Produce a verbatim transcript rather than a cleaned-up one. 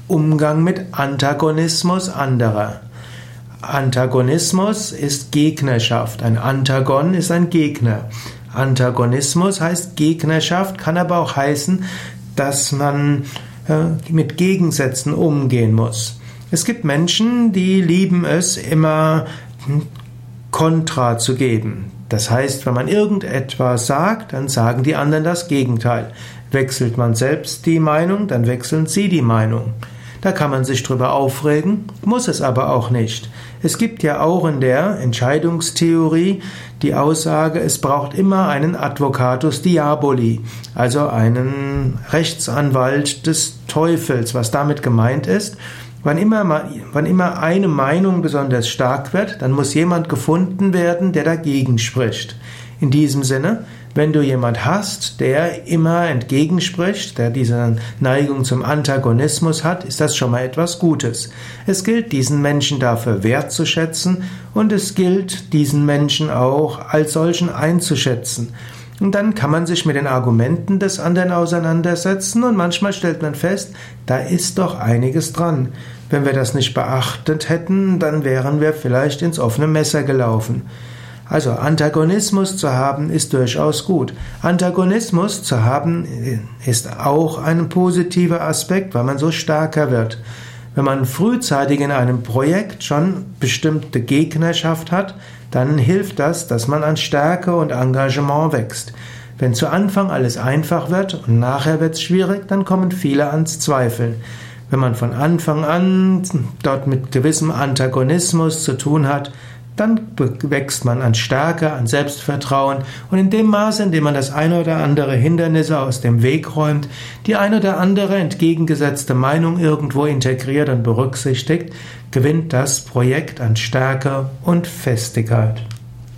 Umgang mit Antagonismus anderer. Antagonismus ist Gegnerschaft. Ein Antagon ist ein Gegner. Antagonismus heißt Gegnerschaft, kann aber auch heißen, dass man äh, mit Gegensätzen umgehen muss. Es gibt Menschen, die lieben es, immer Kontra zu geben. Das heißt, wenn man irgendetwas sagt, dann sagen die anderen das Gegenteil. Wechselt man selbst die Meinung, dann wechseln sie die Meinung. Da kann man sich drüber aufregen, muss es aber auch nicht. Es gibt ja auch in der Entscheidungstheorie die Aussage, es braucht immer einen Advocatus Diaboli, also einen Rechtsanwalt des Teufels. Was damit gemeint ist, wann immer, wann immer eine Meinung besonders stark wird, dann muss jemand gefunden werden, der dagegen spricht. In diesem Sinne, wenn du jemand hast, der immer entgegenspricht, der diese Neigung zum Antagonismus hat, ist das schon mal etwas Gutes. Es gilt, diesen Menschen dafür wertzuschätzen und es gilt, diesen Menschen auch als solchen einzuschätzen. Und dann kann man sich mit den Argumenten des anderen auseinandersetzen und manchmal stellt man fest, da ist doch einiges dran. Wenn wir das nicht beachtet hätten, dann wären wir vielleicht ins offene Messer gelaufen. Also Antagonismus zu haben ist durchaus gut. Antagonismus zu haben ist auch ein positiver Aspekt, weil man so stärker wird. Wenn man frühzeitig in einem Projekt schon bestimmte Gegnerschaft hat, dann hilft das, dass man an Stärke und Engagement wächst. Wenn zu Anfang alles einfach wird und nachher wird es schwierig, dann kommen viele ans Zweifeln. Wenn man von Anfang an dort mit gewissem Antagonismus zu tun hat, dann wächst man an Stärke, an Selbstvertrauen und in dem Maße, in dem man das eine oder andere Hindernisse aus dem Weg räumt, die eine oder andere entgegengesetzte Meinung irgendwo integriert und berücksichtigt, gewinnt das Projekt an Stärke und Festigkeit.